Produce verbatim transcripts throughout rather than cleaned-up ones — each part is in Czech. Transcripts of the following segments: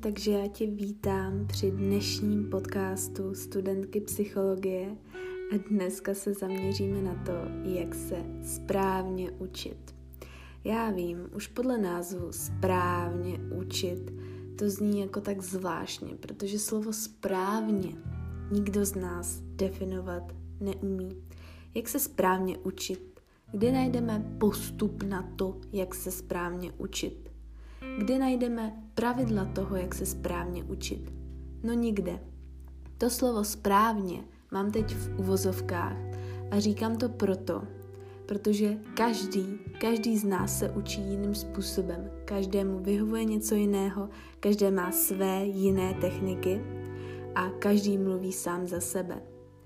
takže já tě vítám při dnešním podcastu Studentky psychologie a dneska se zaměříme na to, jak se správně učit. Já vím, už podle názvu správně učit to zní jako tak zvláštně, protože slovo správně nikdo z nás definovat neumí. Jak se správně učit? Kde najdeme postup na to, jak se správně učit? Kde najdeme pravidla toho, jak se správně učit? No nikde. To slovo správně mám teď v uvozovkách a říkám to proto, protože každý, každý z nás se učí jiným způsobem. Každému vyhovuje něco jiného, každý má své jiné techniky a každý mluví sám za sebe.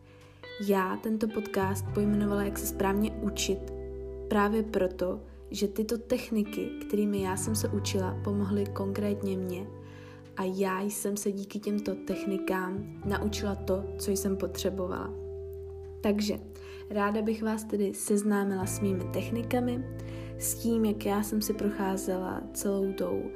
Já tento podcast pojmenovala, jak se správně učit, právě proto, že tyto techniky, kterými já jsem se učila, pomohly konkrétně mně a já jsem se díky těmto technikám naučila to, co jsem potřebovala. Takže ráda bych vás tedy seznámila s mými technikami, s tím, jak já jsem si procházela celou tou uh,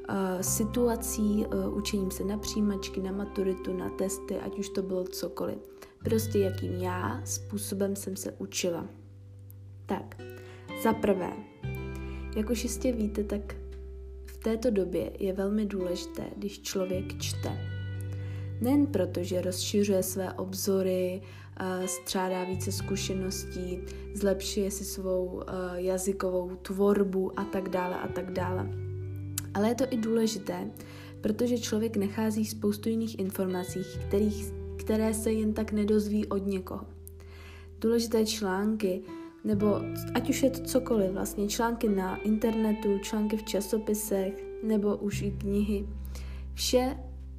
situací, uh, učením se na přijímačky, na maturitu, na testy, ať už to bylo cokoliv. Prostě jakým já způsobem jsem se učila. Tak, za prvé, jak už jistě víte, tak v této době je velmi důležité, když člověk čte. Nejen proto, že rozšiřuje své obzory, střádá více zkušeností, zlepšuje si svou jazykovou tvorbu a tak dále a tak dále. Ale je to i důležité, protože člověk nachází spoustu jiných informací, kterých, které se jen tak nedozví od někoho. Důležité články, nebo ať už je to cokoliv, vlastně články na internetu, články v časopisech, nebo už i knihy. Vše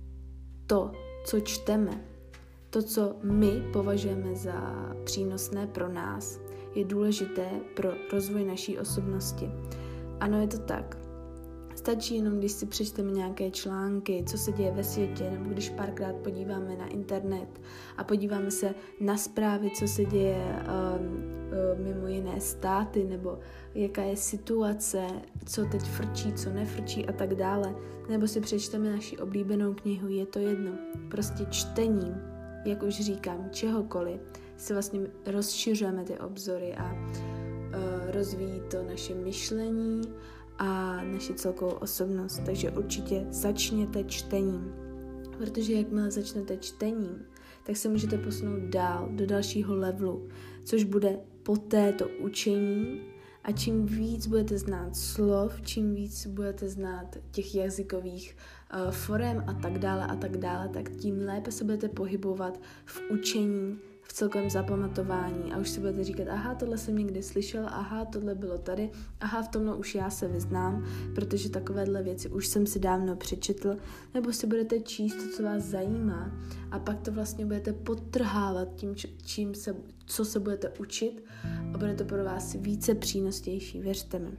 to, co čteme, to, co my považujeme za přínosné pro nás, je důležité pro rozvoj naší osobnosti. Ano, je to tak. Stačí jenom, když si přečteme nějaké články, co se děje ve světě, nebo když párkrát podíváme na internet a podíváme se na zprávy, co se děje um, um, mimo jiné státy, nebo jaká je situace, co teď frčí, co nefrčí a tak dále. Nebo si přečteme naši oblíbenou knihu, je to jedno. Prostě čtením, jak už říkám, čehokoliv, si vlastně rozšiřujeme ty obzory a uh, rozvíjí to naše myšlení a naši celkovou osobnost. Takže určitě začněte čtením. Protože jakmile začnete čtením, tak se můžete posunout dál, do dalšího levelu, což bude poté to učení. A čím víc budete znát slov, čím víc budete znát těch jazykových uh, forem a tak dále a tak dále, tak tím lépe se budete pohybovat v učení, v celkovém zapamatování a už si budete říkat, aha, tohle jsem někdy slyšel, aha, tohle bylo tady, aha, v tomhle už já se vyznám, protože takovéhle věci už jsem si dávno přečetl, nebo si budete číst to, co vás zajímá a pak to vlastně budete podtrhávat tím, čím se, co se budete učit a bude to pro vás více přínosnější, věřte mi.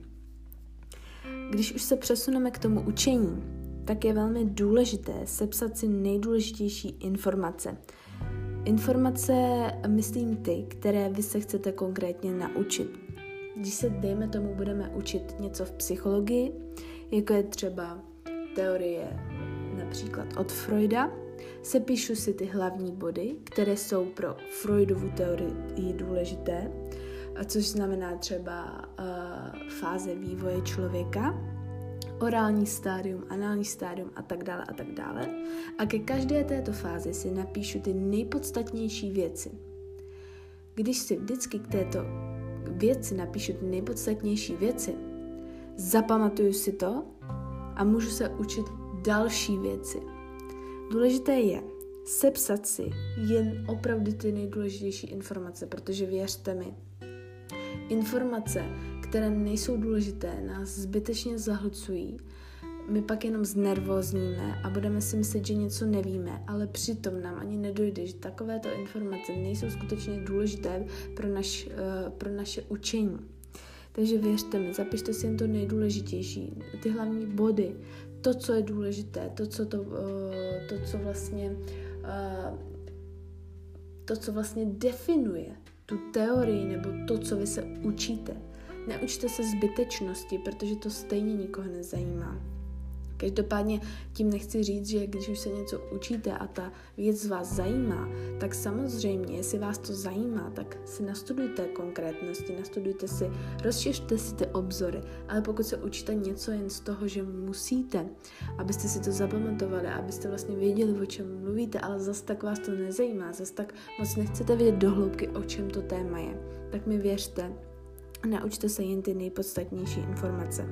Když už se přesuneme k tomu učení, tak je velmi důležité sepsat si nejdůležitější informace. Informace, myslím ty, které vy se chcete konkrétně naučit. Když se, dejme tomu, budeme učit něco v psychologii, jako je třeba teorie například od Freuda, sepíšu si ty hlavní body, které jsou pro Freudovu teorii důležité, což znamená třeba uh, fáze vývoje člověka, orální stádium, anální stádium a tak dále a tak dále. A ke každé této fázi si napíšu ty nejpodstatnější věci. Když si vždycky k této věci napíšu ty nejpodstatnější věci, zapamatuju si to a můžu se učit další věci. Důležité je sepsat si jen opravdu ty nejdůležitější informace, protože věřte mi, informace, které nejsou důležité, nás zbytečně zahlcují. My pak jenom znervózníme a budeme si myslet, že něco nevíme, ale přitom nám ani nedojde, že takovéto informace nejsou skutečně důležité pro, naš, uh, pro naše učení. Takže věřte mi, zapište si jen to nejdůležitější, ty hlavní body, to, co je důležité, to, co, to, uh, to, co vlastně uh, to, co vlastně definuje tu teorii nebo to, co vy se učíte. Neučte se zbytečnosti, protože to stejně nikoho nezajímá. Každopádně tím nechci říct, že když už se něco učíte a ta věc vás zajímá, tak samozřejmě, jestli vás to zajímá, tak si nastudujte konkrétnosti, nastudujte si, rozšiřte si ty obzory, ale pokud se učíte něco jen z toho, že musíte, abyste si to zapamatovali, abyste vlastně věděli, o čem mluvíte, ale zas tak vás to nezajímá, zas tak moc nechcete vědět do hloubky, o čem to téma je, tak mi věřte, naučte se jen ty nejpodstatnější informace.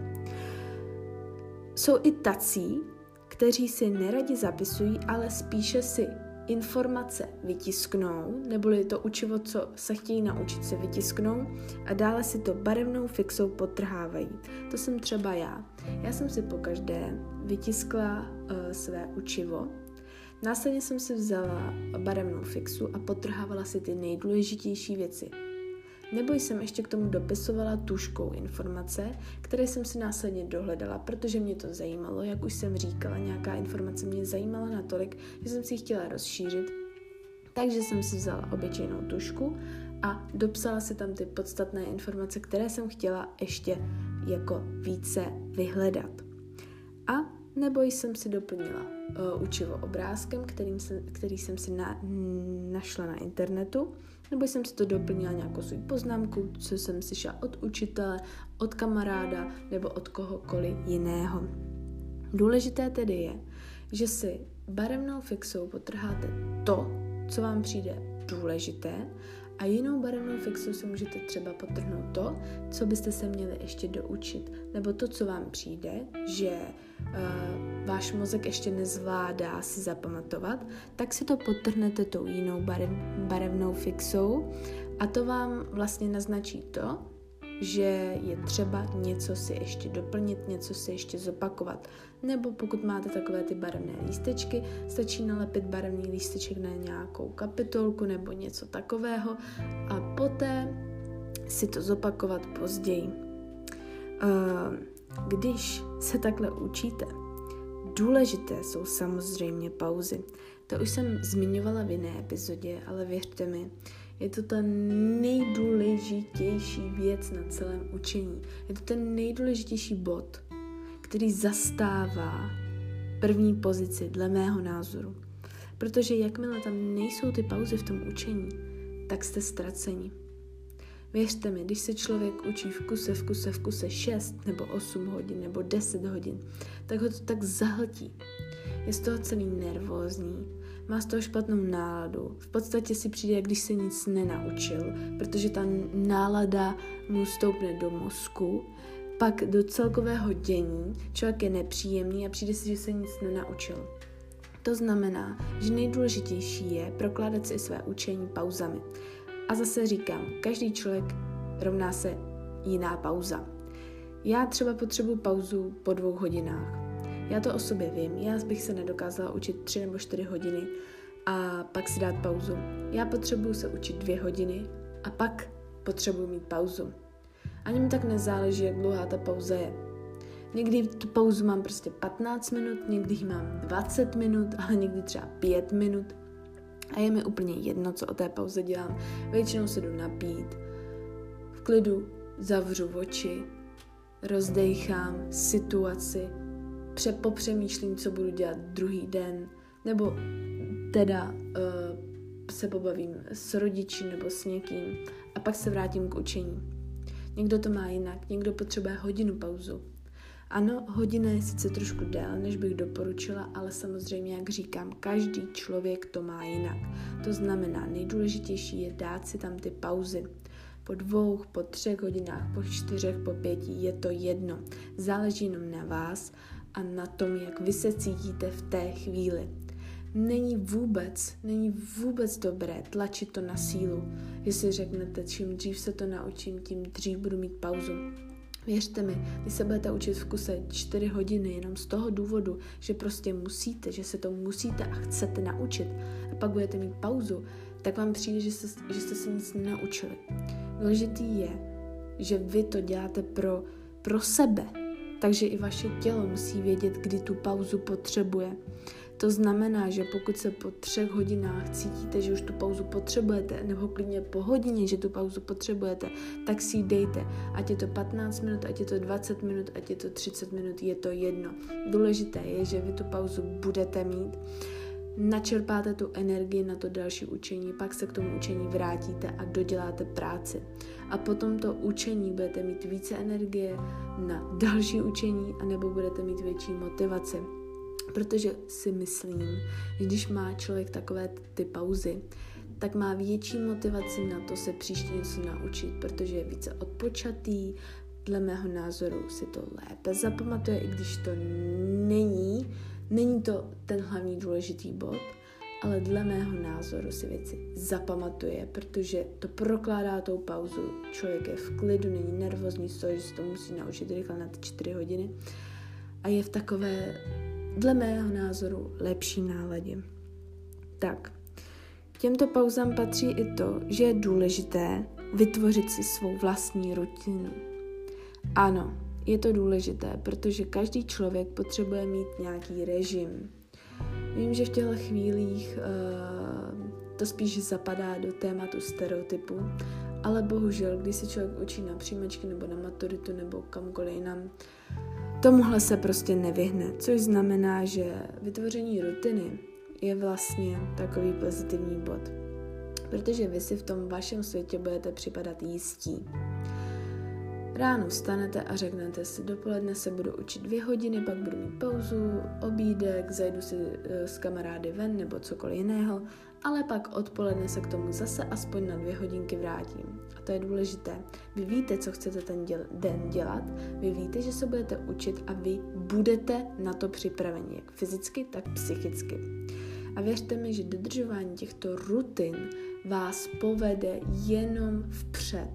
Jsou i tací, kteří si neradi zapisují, ale spíše si informace vytisknou, neboli to učivo, co se chtějí naučit, si vytisknou a dále si to barevnou fixou podtrhávají. To jsem třeba já. Já jsem si pokaždé vytiskla uh, své učivo, následně jsem si vzala barevnou fixu a podtrhávala si ty nejdůležitější věci. Nebo jsem ještě k tomu dopisovala tužkou informace, které jsem si následně dohledala, protože mě to zajímalo, jak už jsem říkala, nějaká informace mě zajímala natolik, že jsem si ji chtěla rozšířit, takže jsem si vzala obyčejnou tužku a dopsala si tam ty podstatné informace, které jsem chtěla ještě jako více vyhledat. A nebo jsem si doplnila uh, učivo obrázkem, kterým jsem, který jsem si na, našla na internetu, nebo jsem si to doplnila nějakou svou poznámku, co jsem si šla od učitele, od kamaráda nebo od kohokoliv jiného. Důležité tedy je, že si barevnou fixou podtrháte to, co vám přijde důležité, a jinou barevnou fixou si můžete třeba podtrhnout to, co byste se měli ještě doučit, nebo to, co vám přijde, že uh, váš mozek ještě nezvládá si zapamatovat, tak si to podtrhnete tou jinou barev, barevnou fixou a to vám vlastně naznačí to, že je třeba něco si ještě doplnit, něco si ještě zopakovat. Nebo pokud máte takové ty barevné lístečky, stačí nalepit barevný lísteček na nějakou kapitolku nebo něco takového a poté si to zopakovat později. Když se takhle učíte, důležité jsou samozřejmě pauzy. To už jsem zmiňovala v jiné epizodě, ale věřte mi, je to ta nejdůležitější věc na celém učení. Je to ten nejdůležitější bod, který zastává první pozici dle mého názoru. Protože jakmile tam nejsou ty pauzy v tom učení, tak jste ztraceni. Věřte mi, když se člověk učí v kuse, v kuse, v kuse šest nebo osm hodin nebo deset hodin, tak ho to tak zahltí. Je z toho celý nervózní, má z toho špatnou náladu. V podstatě si přijde, když se nic nenaučil, protože ta nálada mu stoupne do mozku, pak do celkového dění, člověk je nepříjemný a přijde si, že se nic nenaučil. To znamená, že nejdůležitější je prokládat si své učení pauzami. A zase říkám, každý člověk rovná se jiná pauza. Já třeba potřebuji pauzu po dvou hodinách. Já to o sobě vím, já bych se nedokázala učit tři nebo čtyři hodiny a pak si dát pauzu. Já potřebuji se učit dvě hodiny a pak potřebuji mít pauzu. Ani mi tak nezáleží, jak dlouhá ta pauza je. Někdy tu pauzu mám prostě patnáct minut, někdy mám dvacet minut, ale někdy třeba pět minut. A je mi úplně jedno, co o té pauze dělám. Většinou se jdu napít, v klidu zavřu oči, rozdejchám situaci, popřemýšlím, co budu dělat druhý den, nebo teda uh, se pobavím s rodiči nebo s někým a pak se vrátím k učení. Někdo to má jinak, někdo potřebuje hodinu pauzu. Ano, hodina je sice trošku déle, než bych doporučila, ale samozřejmě, jak říkám, každý člověk to má jinak. To znamená, nejdůležitější je dát si tam ty pauzy. Po dvou, po třech hodinách, po čtyřech, po pěti, je to jedno. Záleží jenom na vás a na tom, jak vy se cítíte v té chvíli. Není vůbec, není vůbec dobré tlačit to na sílu, že si řeknete, čím dřív se to naučím, tím dřív budu mít pauzu. Věřte mi, když se budete učit v kuse čtyři hodiny jenom z toho důvodu, že prostě musíte, že se to musíte a chcete naučit a pak budete mít pauzu, tak vám přijde, že, se, že jste se nic nenaučili. Důležitý je, že vy to děláte pro, pro sebe, takže i vaše tělo musí vědět, kdy tu pauzu potřebuje. To znamená, že pokud se po třech hodinách cítíte, že už tu pauzu potřebujete, nebo klidně po hodině, že tu pauzu potřebujete, tak si ji dejte. Ať je to patnáct minut, ať je to dvacet minut, ať je to třicet minut, je to jedno. Důležité je, že vy tu pauzu budete mít, načerpáte tu energii na to další učení, pak se k tomu učení vrátíte a doděláte práci. A potom to učení budete mít více energie na další učení, anebo budete mít větší motivaci. Protože si myslím, že když má člověk takové ty pauzy, tak má větší motivaci na to se příště něco naučit, protože je více odpočatý, dle mého názoru si to lépe zapamatuje, i když to není, není to ten hlavní důležitý bod, ale dle mého názoru si věci zapamatuje, protože to prokládá tou pauzu, člověk je v klidu, není nervózní z toho, že se to musí naučit rychle na ty čtyři hodiny a je v takové, dle mého názoru, lepší náladě. Tak, k těmto pauzám patří i to, že je důležité vytvořit si svou vlastní rutinu. Ano, je to důležité, protože každý člověk potřebuje mít nějaký režim. Vím, že v těchto chvílích uh, to spíš zapadá do tématu stereotypu, ale bohužel, když se člověk učí na přijímačky nebo na maturitu nebo kamkoliv jinam, tomuhle se prostě nevyhne, což znamená, že vytvoření rutiny je vlastně takový pozitivní bod, protože vy si v tom vašem světě budete připadat jistí. Ráno vstanete a řeknete si, dopoledne se budu učit dvě hodiny, pak budu mít pauzu, obídek, zajdu si s kamarády ven nebo cokoliv jiného, ale pak odpoledne se k tomu zase aspoň na dvě hodinky vrátím. A to je důležité. Vy víte, co chcete ten děl- den dělat, vy víte, že se budete učit a vy budete na to připraveni, jak fyzicky, tak psychicky. A věřte mi, že dodržování těchto rutin vás povede jenom vpřed.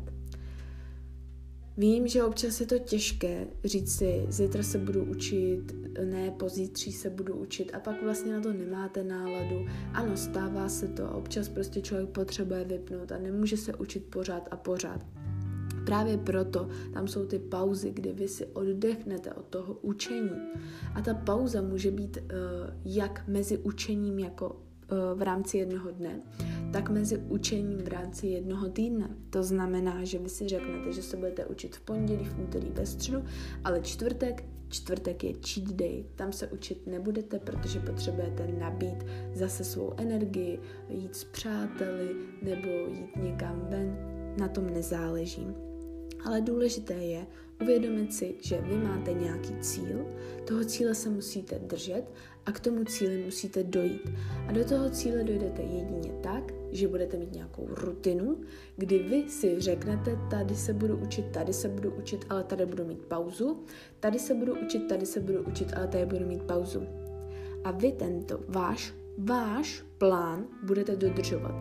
Vím, že občas je to těžké říct si, zítra se budu učit, ne, pozítří se budu učit a pak vlastně na to nemáte náladu. Ano, stává se to a občas prostě člověk potřebuje vypnout a nemůže se učit pořád a pořád. Právě proto tam jsou ty pauzy, kdy vy si oddechnete od toho učení. A ta pauza může být uh, jak mezi učením jako uh, v rámci jednoho dne, tak mezi učením v rámci jednoho týdne. To znamená, že vy si řeknete, že se budete učit v pondělí, v úterý, ve středu, ale čtvrtek, čtvrtek je cheat day. Tam se učit nebudete, protože potřebujete nabít zase svou energii, jít s přáteli nebo jít někam ven. Na tom nezáleží. Ale důležité je uvědomit si, že vy máte nějaký cíl, toho cíle se musíte držet a k tomu cíli musíte dojít. A do toho cíle dojdete jedině tak, že budete mít nějakou rutinu, kdy vy si řeknete, tady se budu učit, tady se budu učit, ale tady budu mít pauzu, tady se budu učit, tady se budu učit, ale tady budu mít pauzu. A vy tento váš, váš plán budete dodržovat.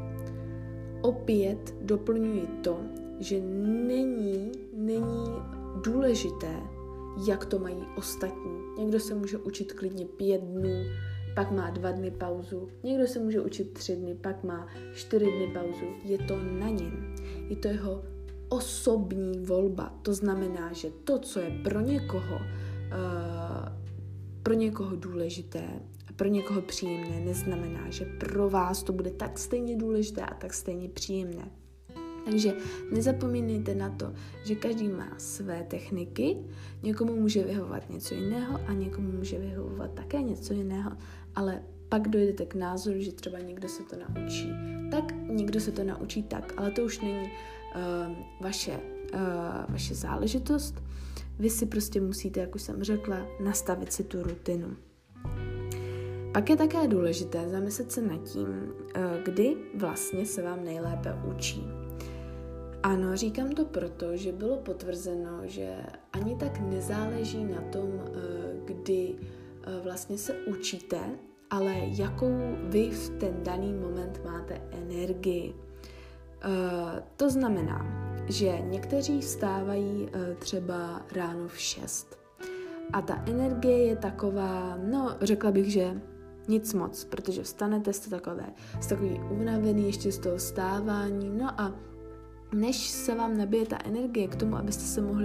Opět doplňuji to, že není, není důležité, jak to mají ostatní. Někdo se může učit klidně pět dnů, pak má dva dny pauzu. Někdo se může učit tři dny, pak má čtyři dny pauzu. Je to na něm. Je to jeho osobní volba. To znamená, že to, co je pro někoho, uh, pro někoho důležité, pro někoho příjemné, neznamená, že pro vás to bude tak stejně důležité a tak stejně příjemné. Takže nezapomínejte na to, že každý má své techniky, někomu může vyhovovat něco jiného a někomu může vyhovovat také něco jiného, ale pak dojdete k názoru, že třeba někdo se to naučí tak, někdo se to naučí tak, ale to už není uh, vaše, uh, vaše záležitost. Vy si prostě musíte, jak už jsem řekla, nastavit si tu rutinu. Pak je také důležité zamyslet se nad tím, kdy vlastně se vám nejlépe učí. Ano, říkám to proto, že bylo potvrzeno, že ani tak nezáleží na tom, kdy vlastně se učíte, ale jakou vy v ten daný moment máte energii. To znamená, že někteří vstávají třeba ráno v šest a ta energie je taková, no řekla bych, že nic moc, protože vstanete, jste takové, jste takový unavený ještě z toho vstávání, no a než se vám nabije ta energie k tomu, abyste se mohli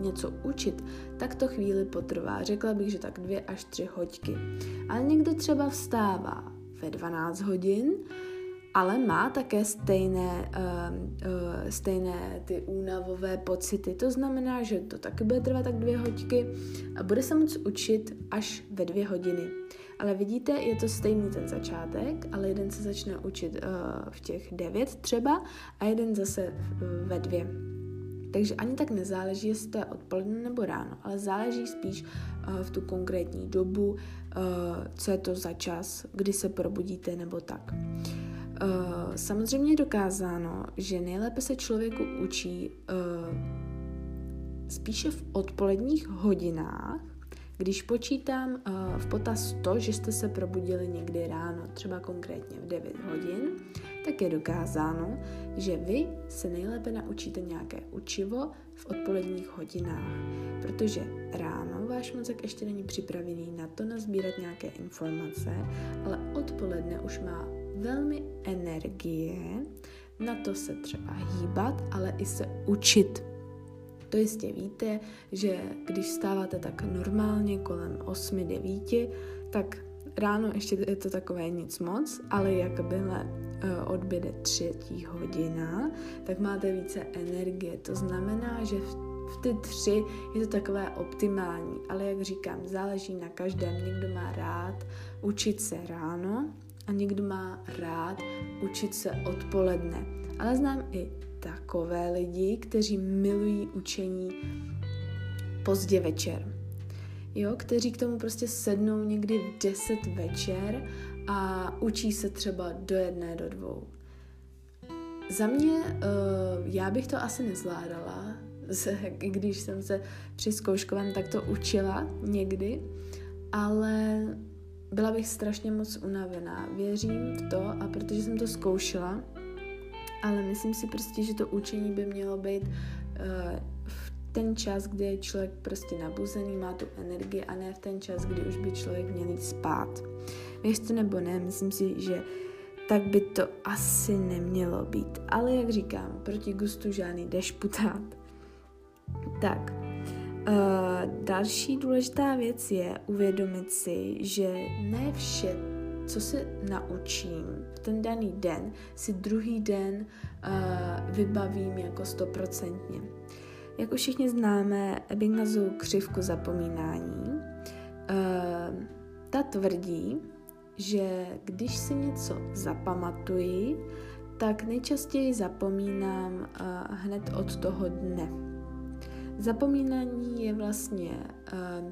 něco učit, tak to chvíli potrvá. Řekla bych, že tak dvě až tři hoďky. Ale někdo třeba vstává ve dvanáct hodin, ale má také stejné, uh, uh, stejné ty únavové pocity. To znamená, že to taky bude trvat tak dvě hoďky a bude se moct učit až ve dvě hodiny. Ale vidíte, je to stejný ten začátek, ale jeden se začne učit uh, v těch devět třeba a jeden zase uh, ve dvě. Takže ani tak nezáleží, jestli to je odpoledne nebo ráno, ale záleží spíš uh, v tu konkrétní dobu, uh, co je to za čas, kdy se probudíte nebo tak. Uh, samozřejmě je dokázáno, že nejlépe se člověku učí uh, spíše v odpoledních hodinách, když počítám uh, v potaz to, že jste se probudili někdy ráno, třeba konkrétně v devět hodin, tak je dokázáno, že vy se nejlépe naučíte nějaké učivo v odpoledních hodinách, protože ráno váš mozek ještě není připravený na to nazbírat nějaké informace, ale odpoledne už má velmi energie na to se třeba hýbat, ale i se učit. To jistě víte, že když vstáváte tak normálně kolem osmi devíti, tak ráno ještě je to takové nic moc, ale jakmile odbyde třetí hodina, tak máte více energie. To znamená, že v, v ty tři je to takové optimální, ale jak říkám, záleží na každém. Někdo má rád učit se ráno a někdo má rád učit se odpoledne. Ale znám i takové lidi, kteří milují učení pozdě večer. Jo, kteří k tomu prostě sednou někdy v deset večer a učí se třeba do jedné, do dvou. Za mě, uh, já bych to asi nezvládala, když jsem se při zkouškovém takto učila někdy, ale byla bych strašně moc unavená. Věřím v to, a protože jsem to zkoušela, ale myslím si prostě, že to učení by mělo být uh, v ten čas, kdy je člověk prostě nabuzený, má tu energii, a ne v ten čas, kdy už by člověk měl jít spát. Věřte nebo ne, myslím si, že tak by to asi nemělo být. Ale jak říkám, proti gustu žádný dešputát. Tak, uh, další důležitá věc je uvědomit si, že ne vše, co se naučím v ten daný den, si druhý den uh, vybavím jako stoprocentně. Jak už všichni známe Ebbingasovu křivku zapomínání, uh, ta tvrdí, že když si něco zapamatuji, tak nejčastěji zapomínám uh, hned od toho dne. Zapomínání je vlastně uh,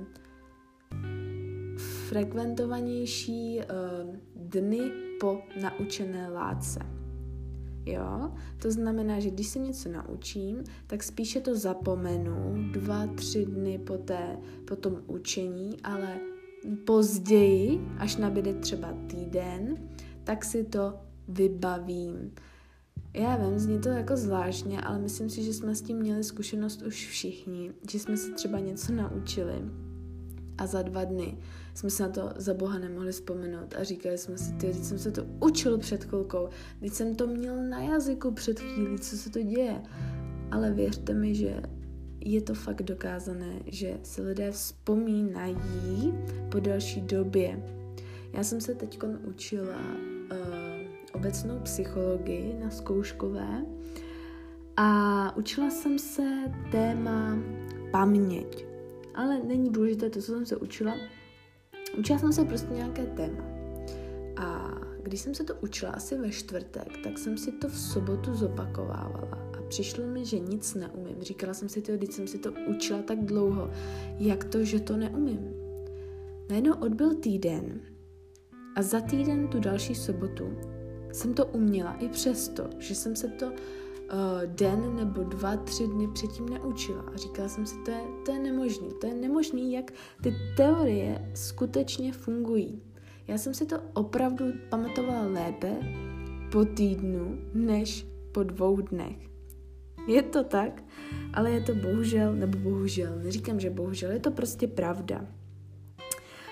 frekventovanější uh, dny po naučené látce. Jo? To znamená, že když se něco naučím, tak spíše to zapomenu dva, tři dny po, té, po tom učení, ale později, až nabyde třeba týden, tak si to vybavím. Já vím, zní to jako zvláštně, ale myslím si, že jsme s tím měli zkušenost už všichni, že jsme se třeba něco naučili a za dva dny jsme se na to za boha nemohli vzpomenout a říkali jsme si, ty, teď jsem se to učil před chvilkou, teď jsem to měl na jazyku před chvílí, co se to děje. Ale věřte mi, že je to fakt dokázané, že si lidé vzpomínají po delší době. Já jsem se teď učila uh, obecnou psychologii na zkouškové a učila jsem se téma paměť. Ale není důležité to, co jsem se učila. Učila jsem se prostě nějaké téma. A když jsem se to učila asi ve čtvrtek, tak jsem si to v sobotu zopakovávala. A přišlo mi, že nic neumím. Říkala jsem si to, když jsem si to učila tak dlouho. Jak to, že to neumím? Najednou odbyl týden a za týden tu další sobotu jsem to uměla i přesto, že jsem se to uh, den nebo dva, tři dny předtím neučila. A říkala jsem si, to je, to je nemožný. To je nemožný, jak ty teorie skutečně fungují. Já jsem si to opravdu pamatovala lépe po týdnu, než po dvou dnech. Je to tak, ale je to bohužel, nebo bohužel, neříkám, že bohužel, je to prostě pravda.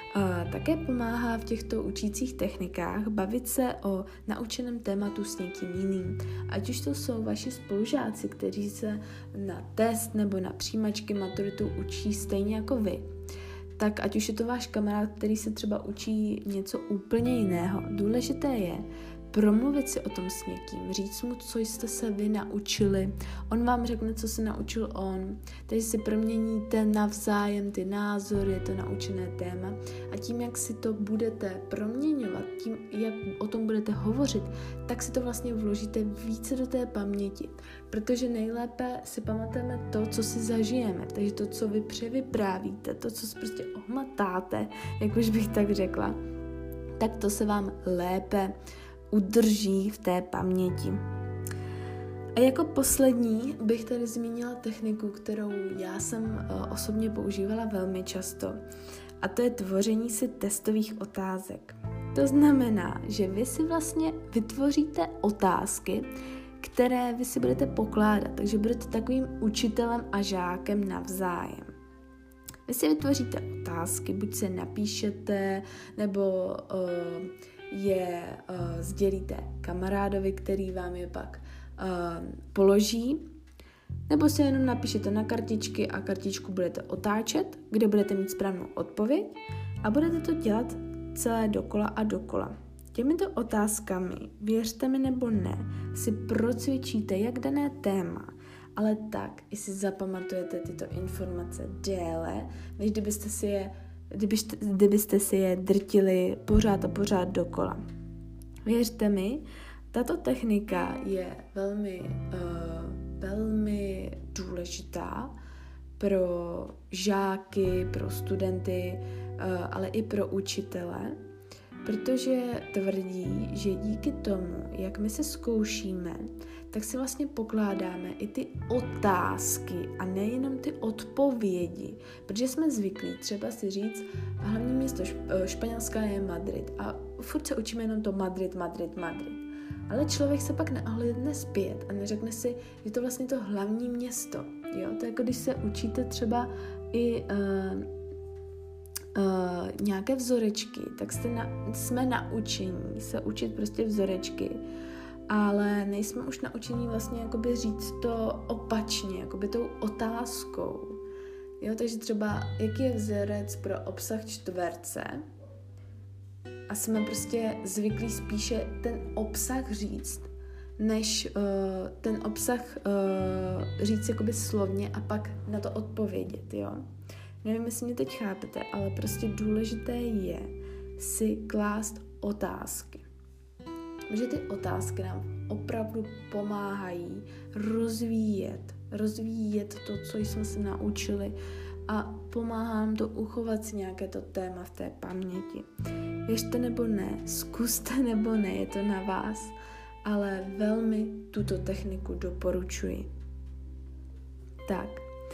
Také pomáhá v těchto učících technikách bavit se o naučeném tématu s někým jiným. Ať už to jsou vaši spolužáci, kteří se na test nebo na přijímačky maturitu učí stejně jako vy, tak ať už je to váš kamarád, který se třeba učí něco úplně jiného. Důležité je promluvit si o tom s někým, říct mu, co jste se vy naučili, on vám řekne, co se naučil on, takže si proměníte navzájem ty názory, to naučené téma a tím, jak si to budete proměňovat, tím, jak o tom budete hovořit, tak si to vlastně vložíte více do té paměti, protože nejlépe si pamatujeme to, co si zažijeme, takže to, co vy převyprávíte, to, co si prostě ohmatáte, jak už bych tak řekla, tak to se vám lépe udrží v té paměti. A jako poslední bych tady zmínila techniku, kterou já jsem uh, osobně používala velmi často. A to je tvoření si testových otázek. To znamená, že vy si vlastně vytvoříte otázky, které vy si budete pokládat, takže budete takovým učitelem a žákem navzájem. Vy si vytvoříte otázky, buď se napíšete, nebo uh, je uh, sdělíte kamarádovi, který vám je pak uh, položí, nebo si jenom napíšete na kartičky a kartičku budete otáčet, kde budete mít správnou odpověď a budete to dělat celé dokola a dokola. Těmito otázkami, věřte mi nebo ne, si procvičíte jak dané téma, ale tak i si zapamatujete tyto informace déle, než kdybyste si je Kdybyste, kdybyste si je drtili pořád a pořád dokola. Věřte mi, tato technika je velmi, uh, velmi důležitá pro žáky, pro studenty, uh, ale i pro učitele, protože tvrdí, že díky tomu, jak my se zkoušíme, tak si vlastně pokládáme i ty otázky a nejenom ty odpovědi, protože jsme zvyklí třeba si říct, hlavní město Španělska je Madrid a furt se učíme jenom to Madrid, Madrid, Madrid. Ale člověk se pak neohlédne zpět a neřekne si, že to vlastně to hlavní město. Jo? To je jako když se učíte třeba i uh, uh, nějaké vzorečky, tak jste na, jsme naučení se učit prostě vzorečky, ale nejsme už naučení vlastně jakoby říct to opačně, jakoby tou otázkou. Jo, takže třeba, jaký je vzorec pro obsah čtverce a jsme prostě zvyklí spíše ten obsah říct, než uh, ten obsah uh, říct jakoby slovně a pak na to odpovědět, jo. Nevím, jestli mě teď chápete, ale prostě důležité je si klást otázky. Že ty otázky nám opravdu pomáhají rozvíjet, rozvíjet to, co jsme se naučili a pomáhá nám to uchovat si nějaké to téma v té paměti. Věřte nebo ne, zkuste nebo ne, je to na vás, ale velmi tuto techniku doporučuji. Tak.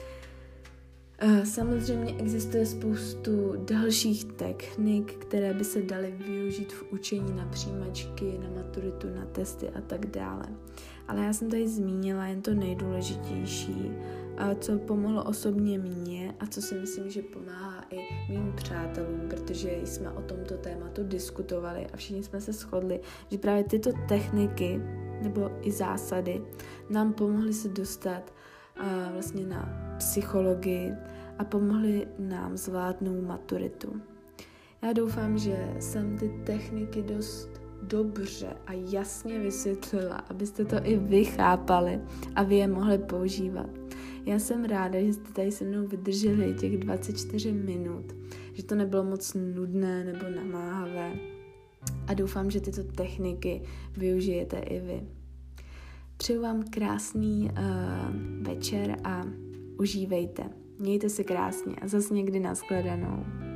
Samozřejmě existuje spoustu dalších technik, které by se daly využít v učení na přijímačky, na maturitu, na testy a tak dále. Ale já jsem tady zmínila jen to nejdůležitější, co pomohlo osobně mně a co si myslím, že pomáhá i mým přátelům, protože jsme o tomto tématu diskutovali a všichni jsme se shodli, že právě tyto techniky nebo i zásady nám pomohly se dostat a vlastně na psychologii a pomohly nám zvládnout maturitu. Já doufám, že jsem ty techniky dost dobře a jasně vysvětlila, abyste to i vy chápali a vy je mohli používat. Já jsem ráda, že jste tady se mnou vydrželi těch dvacet čtyři minut, že to nebylo moc nudné nebo namáhavé a doufám, že tyto techniky využijete i vy. Přeju vám krásný uh, večer a užívejte. Mějte se krásně a zas někdy nashledanou.